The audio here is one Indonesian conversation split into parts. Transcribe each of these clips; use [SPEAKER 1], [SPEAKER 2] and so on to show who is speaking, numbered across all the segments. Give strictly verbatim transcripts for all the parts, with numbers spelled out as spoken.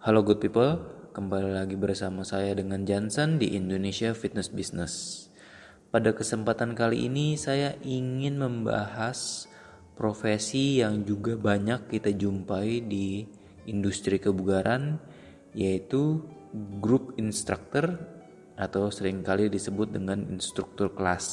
[SPEAKER 1] Halo good people, kembali lagi bersama saya dengan Jansen di Indonesia Fitness Business. Pada kesempatan kali ini saya ingin membahas profesi yang juga banyak kita jumpai di industri kebugaran, yaitu group instructor atau seringkali disebut dengan instruktur kelas.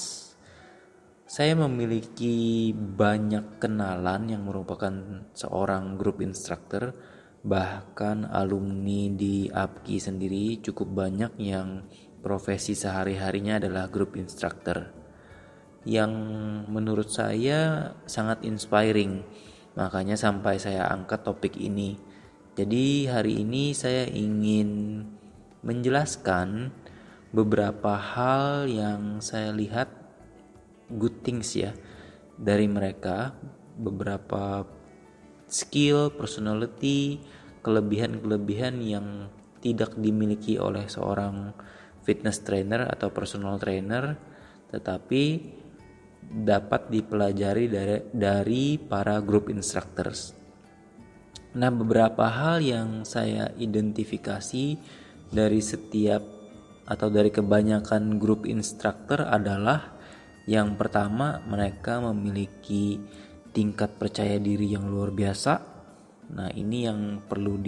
[SPEAKER 1] Saya memiliki banyak kenalan yang merupakan seorang group instructor, bahkan alumni di A P K I sendiri cukup banyak yang profesi sehari-harinya adalah group instructor, yang menurut saya sangat inspiring. Makanya sampai saya angkat topik ini. Jadi hari ini saya ingin menjelaskan beberapa hal yang saya lihat good things ya dari mereka, beberapa skill, personality, kelebihan-kelebihan yang tidak dimiliki oleh seorang fitness trainer atau personal trainer, tetapi dapat dipelajari dari, dari para group instructors. Nah, beberapa hal yang saya identifikasi dari setiap atau dari kebanyakan group instructor adalah yang pertama, mereka memiliki tingkat percaya diri yang luar biasa. Nah, ini yang perlu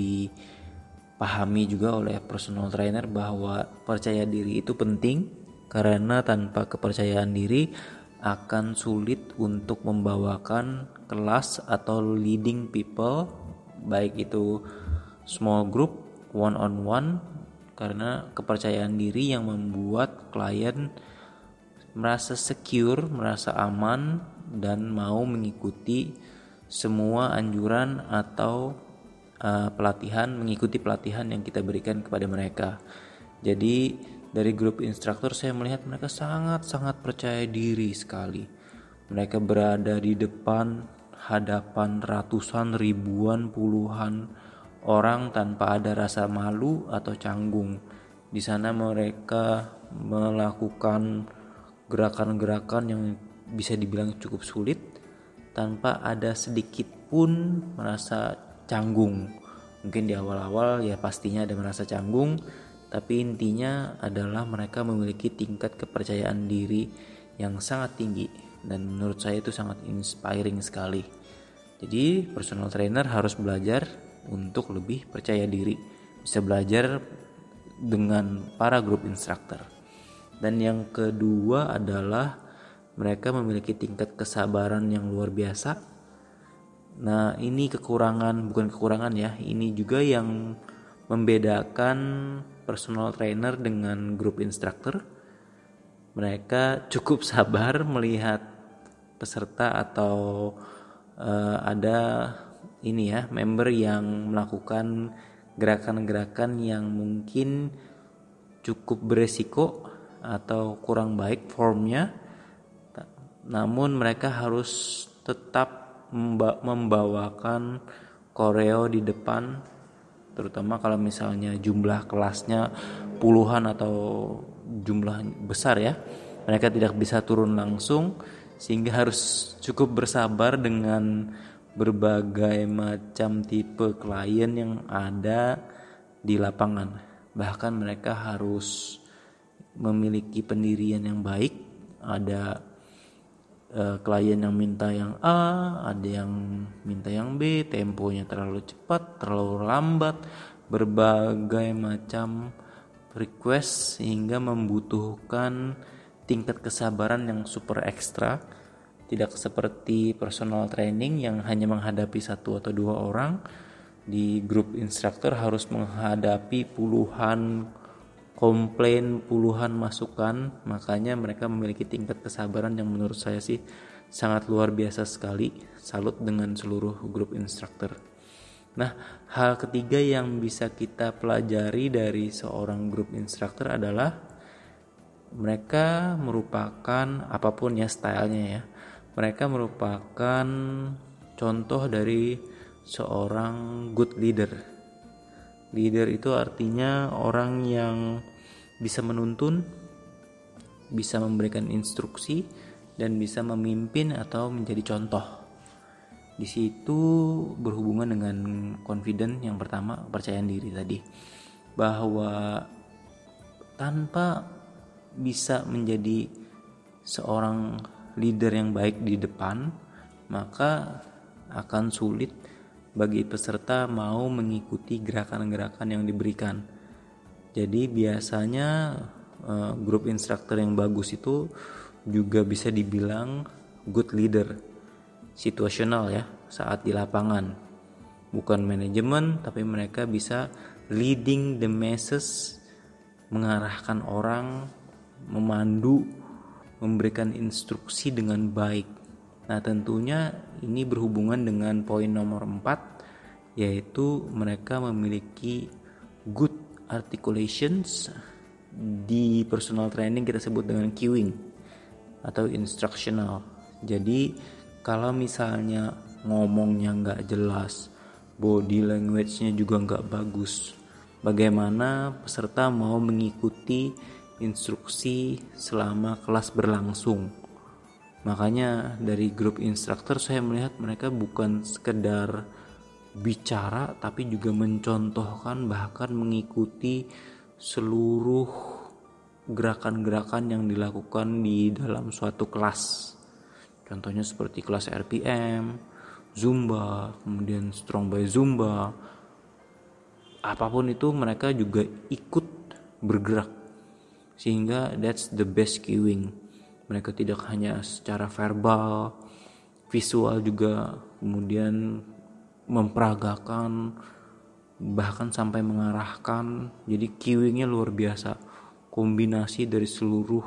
[SPEAKER 1] dipahami juga oleh personal trainer, bahwa percaya diri itu penting, karena tanpa kepercayaan diri akan sulit untuk membawakan kelas atau leading people, baik itu small group, one on one, karena kepercayaan diri yang membuat klien merasa secure, merasa aman, dan mau mengikuti semua anjuran atau uh, pelatihan, mengikuti pelatihan yang kita berikan kepada mereka. Jadi dari grup instruktur saya melihat mereka sangat-sangat percaya diri sekali. Mereka berada di depan hadapan ratusan, ribuan, puluhan orang tanpa ada rasa malu atau canggung. Di sana mereka melakukan gerakan-gerakan yang bisa dibilang cukup sulit tanpa ada sedikit pun merasa canggung. Mungkin di awal-awal ya pastinya ada merasa canggung, tapi intinya adalah mereka memiliki tingkat kepercayaan diri yang sangat tinggi, dan menurut saya itu sangat inspiring sekali. Jadi personal trainer harus belajar untuk lebih percaya diri, bisa belajar dengan para group instructor. Dan yang kedua adalah mereka memiliki tingkat kesabaran yang luar biasa. Nah, ini kekurangan, bukan kekurangan ya, ini juga yang membedakan personal trainer dengan group instructor. Mereka cukup sabar melihat peserta atau uh, ada ini ya, member yang melakukan gerakan-gerakan yang mungkin cukup beresiko atau kurang baik formnya, namun mereka harus tetap membawakan koreo di depan, terutama kalau misalnya jumlah kelasnya puluhan atau jumlah besar ya, mereka tidak bisa turun langsung, sehingga harus cukup bersabar dengan berbagai macam tipe klien yang ada di lapangan. Bahkan mereka harus memiliki pendirian yang baik. Ada uh, klien yang minta yang A, ada yang minta yang B, temponya terlalu cepat, terlalu lambat, berbagai macam request, sehingga membutuhkan tingkat kesabaran yang super ekstra. Tidak seperti personal training yang hanya menghadapi satu atau dua orang. Di grup instructor harus menghadapi puluhan komplain, puluhan masukan. Makanya mereka memiliki tingkat kesabaran yang menurut saya sih sangat luar biasa sekali. Salut dengan seluruh grup instructor. Nah, hal ketiga yang bisa kita pelajari dari seorang grup instructor adalah mereka merupakan, apapun ya stylenya ya, mereka merupakan contoh dari seorang good leader. Leader itu artinya orang yang bisa menuntun, bisa memberikan instruksi, dan bisa memimpin atau menjadi contoh. Di situ berhubungan dengan confident yang pertama, kepercayaan diri tadi, bahwa tanpa bisa menjadi seorang leader yang baik di depan, maka akan sulit bagi peserta mau mengikuti gerakan-gerakan yang diberikan. Jadi biasanya uh, grup instruktur yang bagus itu juga bisa dibilang good leader, situasional ya, saat di lapangan. Bukan manajemen, tapi mereka bisa leading the masses, mengarahkan orang, memandu, memberikan instruksi dengan baik. Nah, tentunya ini berhubungan dengan poin nomor empat, yaitu mereka memiliki good articulations. Di personal training kita sebut dengan cueing atau instructional. Jadi kalau misalnya ngomongnya nggak jelas, body language-nya juga nggak bagus, bagaimana peserta mau mengikuti instruksi selama kelas berlangsung? Makanya dari grup instruktur saya melihat mereka bukan sekedar bicara, tapi juga mencontohkan, bahkan mengikuti seluruh gerakan-gerakan yang dilakukan di dalam suatu kelas. Contohnya seperti kelas R P M, Zumba, kemudian Strong by Zumba. Apapun itu mereka juga ikut bergerak. Sehingga that's the best cueing. Mereka tidak hanya secara verbal, visual juga, kemudian memperagakan, bahkan sampai mengarahkan. Jadi cueingnya luar biasa. Kombinasi dari seluruh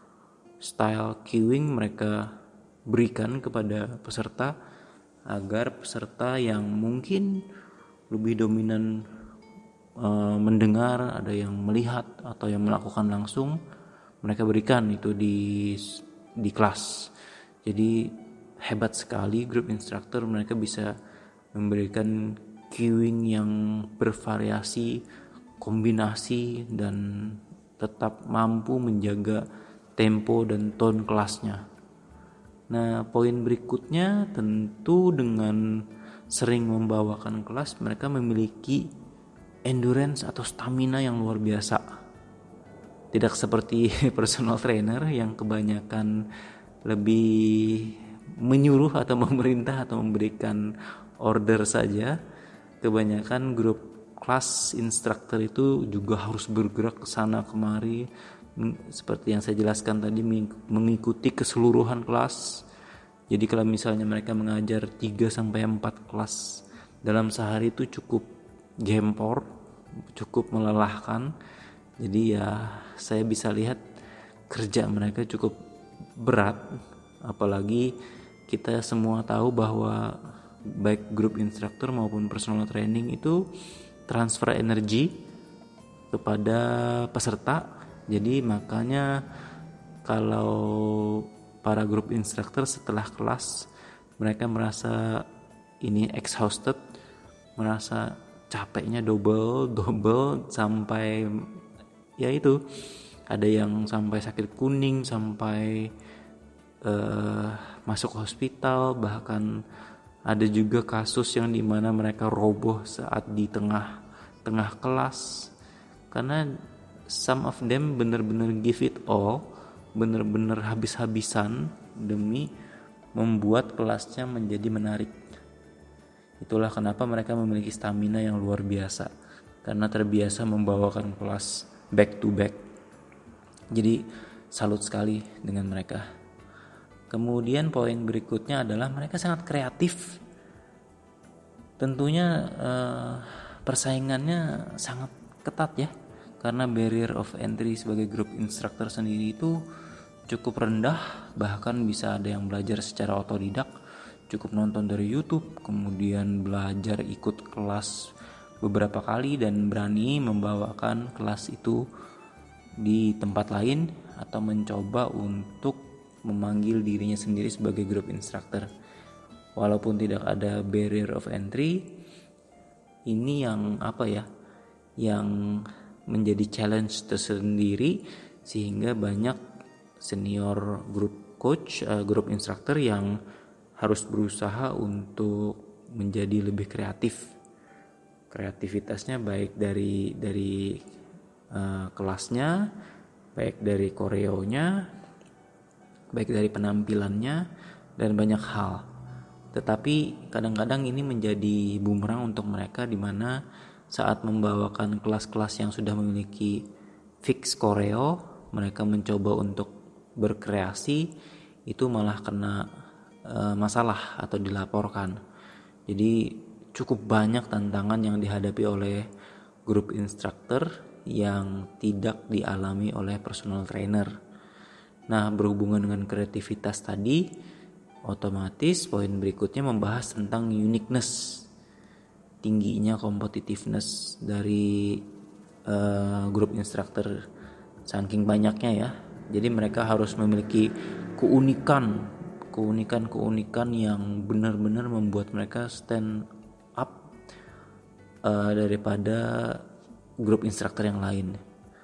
[SPEAKER 1] style cueing mereka berikan kepada peserta, agar peserta yang mungkin lebih dominan e, mendengar, ada yang melihat atau yang melakukan langsung, mereka berikan itu di di kelas. Jadi hebat sekali grup instruktur, mereka bisa memberikan cueing yang bervariasi, kombinasi, dan tetap mampu menjaga tempo dan tone kelasnya. Nah, poin berikutnya tentu dengan sering membawakan kelas, mereka memiliki endurance atau stamina yang luar biasa. Tidak seperti personal trainer yang kebanyakan lebih menyuruh atau memerintah atau memberikan order saja. Kebanyakan grup kelas instruktur itu juga harus bergerak ke sana kemari, seperti yang saya jelaskan tadi, mengikuti keseluruhan kelas. Jadi kalau misalnya mereka mengajar tiga sampai empat kelas dalam sehari itu cukup gempor, cukup melelahkan. Jadi ya saya bisa lihat kerja mereka cukup berat. Apalagi kita semua tahu bahwa baik grup instruktur maupun personal training itu transfer energi kepada peserta. Jadi makanya kalau para grup instruktur setelah kelas mereka merasa ini exhausted, merasa capeknya double double sampai ya itu, ada yang sampai sakit kuning, sampai uh, masuk hospital, bahkan ada juga kasus yang dimana mereka roboh saat di tengah-tengah kelas, karena some of them benar-benar give it all, benar-benar habis-habisan demi membuat kelasnya menjadi menarik. Itulah kenapa mereka memiliki stamina yang luar biasa, karena terbiasa membawakan kelas back to back. Jadi salut sekali dengan mereka. Kemudian poin berikutnya adalah mereka sangat kreatif. Tentunya eh, persaingannya sangat ketat ya, karena barrier of entry sebagai grup instruktur sendiri itu cukup rendah. Bahkan bisa ada yang belajar secara otodidak, cukup nonton dari YouTube, kemudian belajar ikut kelas beberapa kali dan berani membawakan kelas itu di tempat lain, atau mencoba untuk memanggil dirinya sendiri sebagai grup instruktur. Walaupun tidak ada barrier of entry, ini yang apa ya, yang menjadi challenge tersendiri, sehingga banyak senior grup coach, uh, grup instruktur yang harus berusaha untuk menjadi lebih kreatif. Kreativitasnya baik dari dari uh, kelasnya, baik dari koreonya, baik dari penampilannya, dan banyak hal. Tetapi kadang-kadang ini menjadi bumerang untuk mereka, di mana saat membawakan kelas-kelas yang sudah memiliki fix koreo, mereka mencoba untuk berkreasi, itu malah kena e, masalah atau dilaporkan. Jadi cukup banyak tantangan yang dihadapi oleh grup instructor yang tidak dialami oleh personal trainer. Nah, berhubungan dengan kreativitas tadi, otomatis poin berikutnya membahas tentang uniqueness, tingginya competitiveness dari uh, grup instructor saking banyaknya ya. Jadi mereka harus memiliki keunikan, keunikan-keunikan yang benar-benar membuat mereka stand up uh, daripada grup instructor yang lain.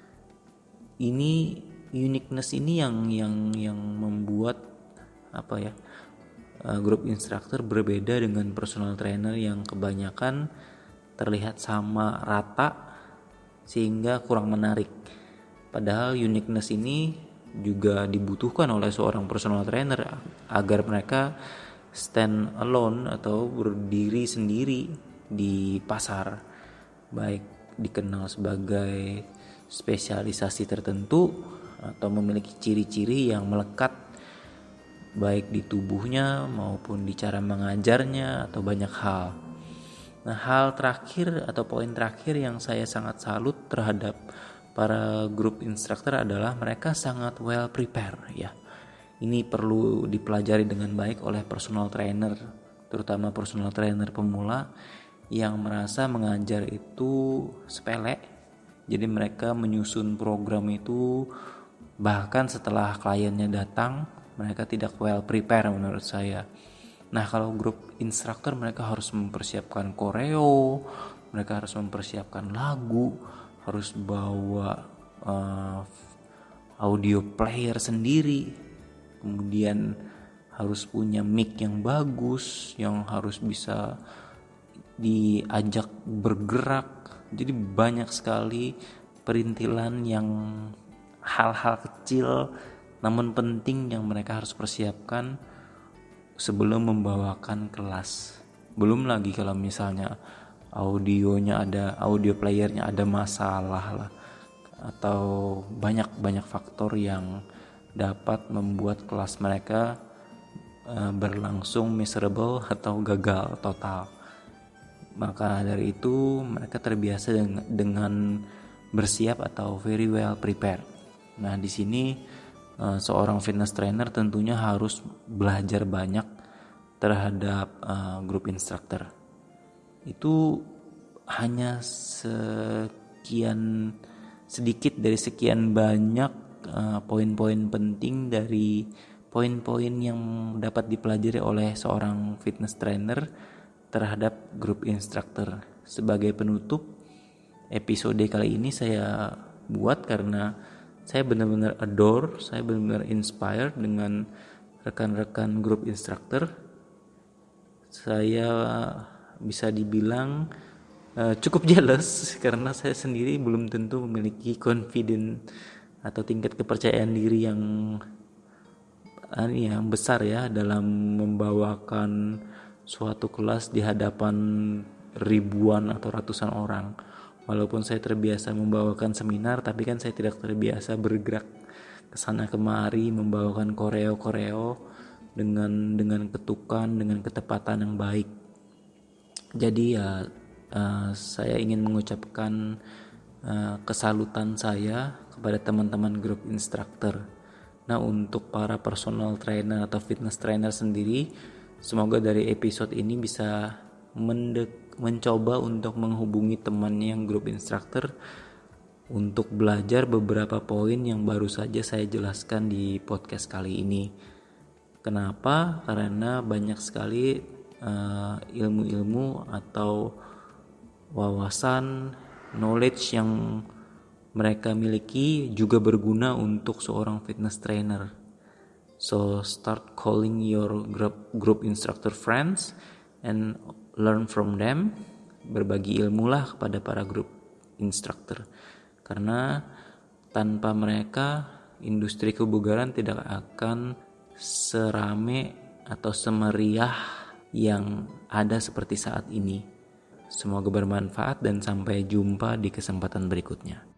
[SPEAKER 1] Ini uniqueness ini yang yang yang membuat apa ya? Uh, grup instructor berbeda dengan personal trainer yang kebanyakan terlihat sama rata sehingga kurang menarik. Padahal uniqueness ini juga dibutuhkan oleh seorang personal trainer agar mereka stand alone atau berdiri sendiri di pasar, baik dikenal sebagai spesialisasi tertentu atau memiliki ciri-ciri yang melekat baik di tubuhnya maupun di cara mengajarnya atau banyak hal. Nah, hal terakhir atau poin terakhir yang saya sangat salut terhadap para grup instructor adalah mereka sangat well prepare ya. Ini perlu dipelajari dengan baik oleh personal trainer, terutama personal trainer pemula yang merasa mengajar itu sepele. Jadi mereka menyusun program itu bahkan setelah kliennya datang, mereka tidak well prepare menurut saya. Nah, kalau grup instructor mereka harus mempersiapkan koreo, mereka harus mempersiapkan lagu, harus bawa uh, audio player sendiri, kemudian harus punya mic yang bagus, yang harus bisa diajak bergerak. Jadi banyak sekali perintilan yang hal-hal kecil namun penting yang mereka harus persiapkan sebelum membawakan kelas. Belum lagi kalau misalnya audionya ada, audio playernya ada masalah lah, atau banyak-banyak faktor yang dapat membuat kelas mereka uh, berlangsung miserable atau gagal total. Maka dari itu mereka terbiasa dengan, dengan bersiap atau very well prepared. Nah, di sini seorang fitness trainer tentunya harus belajar banyak terhadap uh, grup instructor. Itu hanya sekian sedikit dari sekian banyak uh, poin-poin penting dari poin-poin yang dapat dipelajari oleh seorang fitness trainer terhadap grup instructor. Sebagai penutup episode kali ini saya buat karena saya benar-benar adore, saya benar-benar inspired dengan rekan-rekan grup instructor. Saya bisa dibilang uh, cukup jealous karena saya sendiri belum tentu memiliki confidence atau tingkat kepercayaan diri yang uh, yang besar ya dalam membawakan suatu kelas di hadapan ribuan atau ratusan orang. Walaupun saya terbiasa membawakan seminar, tapi kan saya tidak terbiasa bergerak kesana kemari membawakan koreo-koreo dengan dengan ketukan, dengan ketepatan yang baik. Jadi ya uh, saya ingin mengucapkan uh, kesalutan saya kepada teman-teman grup instructor. Nah, untuk para personal trainer atau fitness trainer sendiri, semoga dari episode ini bisa mendek mencoba untuk menghubungi temannya yang grup instructor untuk belajar beberapa poin yang baru saja saya jelaskan di podcast kali ini. Kenapa? Karena banyak sekali uh, ilmu-ilmu atau wawasan, knowledge yang mereka miliki juga berguna untuk seorang fitness trainer. So start calling your group, group instructor friends and learn from them. Berbagi ilmu lah kepada para group instructor. Karena tanpa mereka industri kebugaran tidak akan serame atau semeriah yang ada seperti saat ini. Semoga bermanfaat dan sampai jumpa di kesempatan berikutnya.